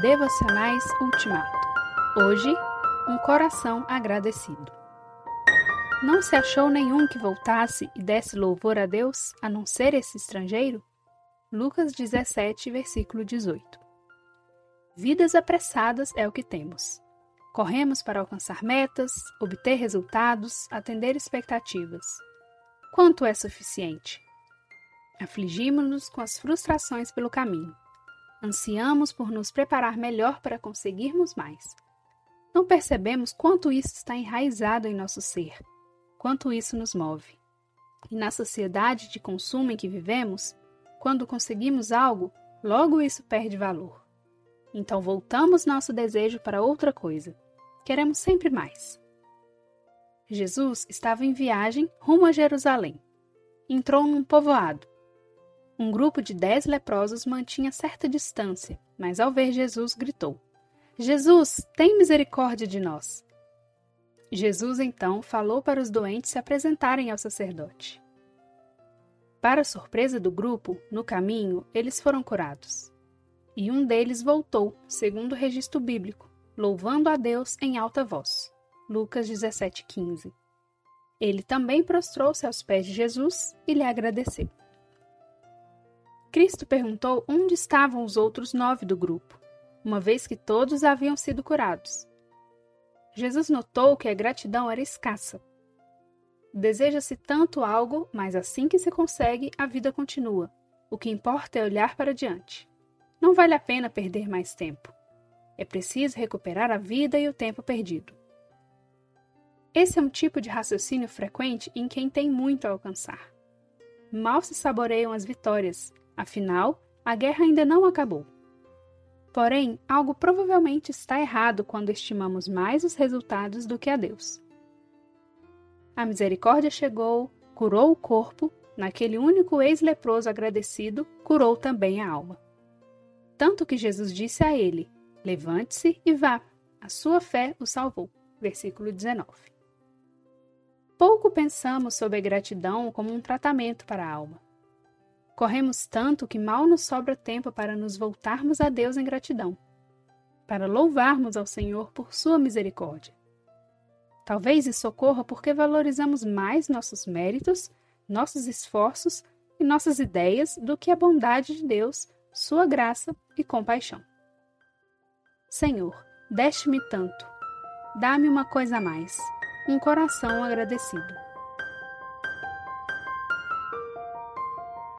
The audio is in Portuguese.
Devocionais Ultimato. Hoje, um coração agradecido. Não se achou nenhum que voltasse e desse louvor a Deus, a não ser esse estrangeiro? Lucas 17, versículo 18. Vidas apressadas é o que temos. Corremos para alcançar metas, obter resultados, atender expectativas. Quanto é suficiente? Afligimos-nos com as frustrações pelo caminho. Ansiamos por nos preparar melhor para conseguirmos mais. Não percebemos quanto isso está enraizado em nosso ser, quanto isso nos move. E na sociedade de consumo em que vivemos, quando conseguimos algo, logo isso perde valor. Então voltamos nosso desejo para outra coisa. Queremos sempre mais. Jesus estava em viagem rumo a Jerusalém. Entrou num povoado. Um grupo de 10 leprosos mantinha certa distância, mas ao ver Jesus gritou: Jesus, tem misericórdia de nós! Jesus então falou para os doentes se apresentarem ao sacerdote. Para surpresa do grupo, no caminho, eles foram curados. E um deles voltou, segundo o registro bíblico, louvando a Deus em alta voz. Lucas 17,15. Ele também prostrou-se aos pés de Jesus e lhe agradeceu. Cristo perguntou onde estavam os outros 9 do grupo, uma vez que todos haviam sido curados. Jesus notou que a gratidão era escassa. Deseja-se tanto algo, mas assim que se consegue, a vida continua. O que importa é olhar para diante. Não vale a pena perder mais tempo. É preciso recuperar a vida e o tempo perdido. Esse é um tipo de raciocínio frequente em quem tem muito a alcançar. Mal se saboreiam as vitórias. Afinal, a guerra ainda não acabou. Porém, algo provavelmente está errado quando estimamos mais os resultados do que a Deus. A misericórdia chegou, curou o corpo, naquele único ex-leproso agradecido, curou também a alma. Tanto que Jesus disse a ele: levante-se e vá, a sua fé o salvou. Versículo 19. Pouco pensamos sobre a gratidão como um tratamento para a alma. Corremos tanto que mal nos sobra tempo para nos voltarmos a Deus em gratidão, para louvarmos ao Senhor por sua misericórdia. Talvez isso ocorra porque valorizamos mais nossos méritos, nossos esforços e nossas ideias do que a bondade de Deus, sua graça e compaixão. Senhor, deste-me tanto, dá-me uma coisa a mais, um coração agradecido.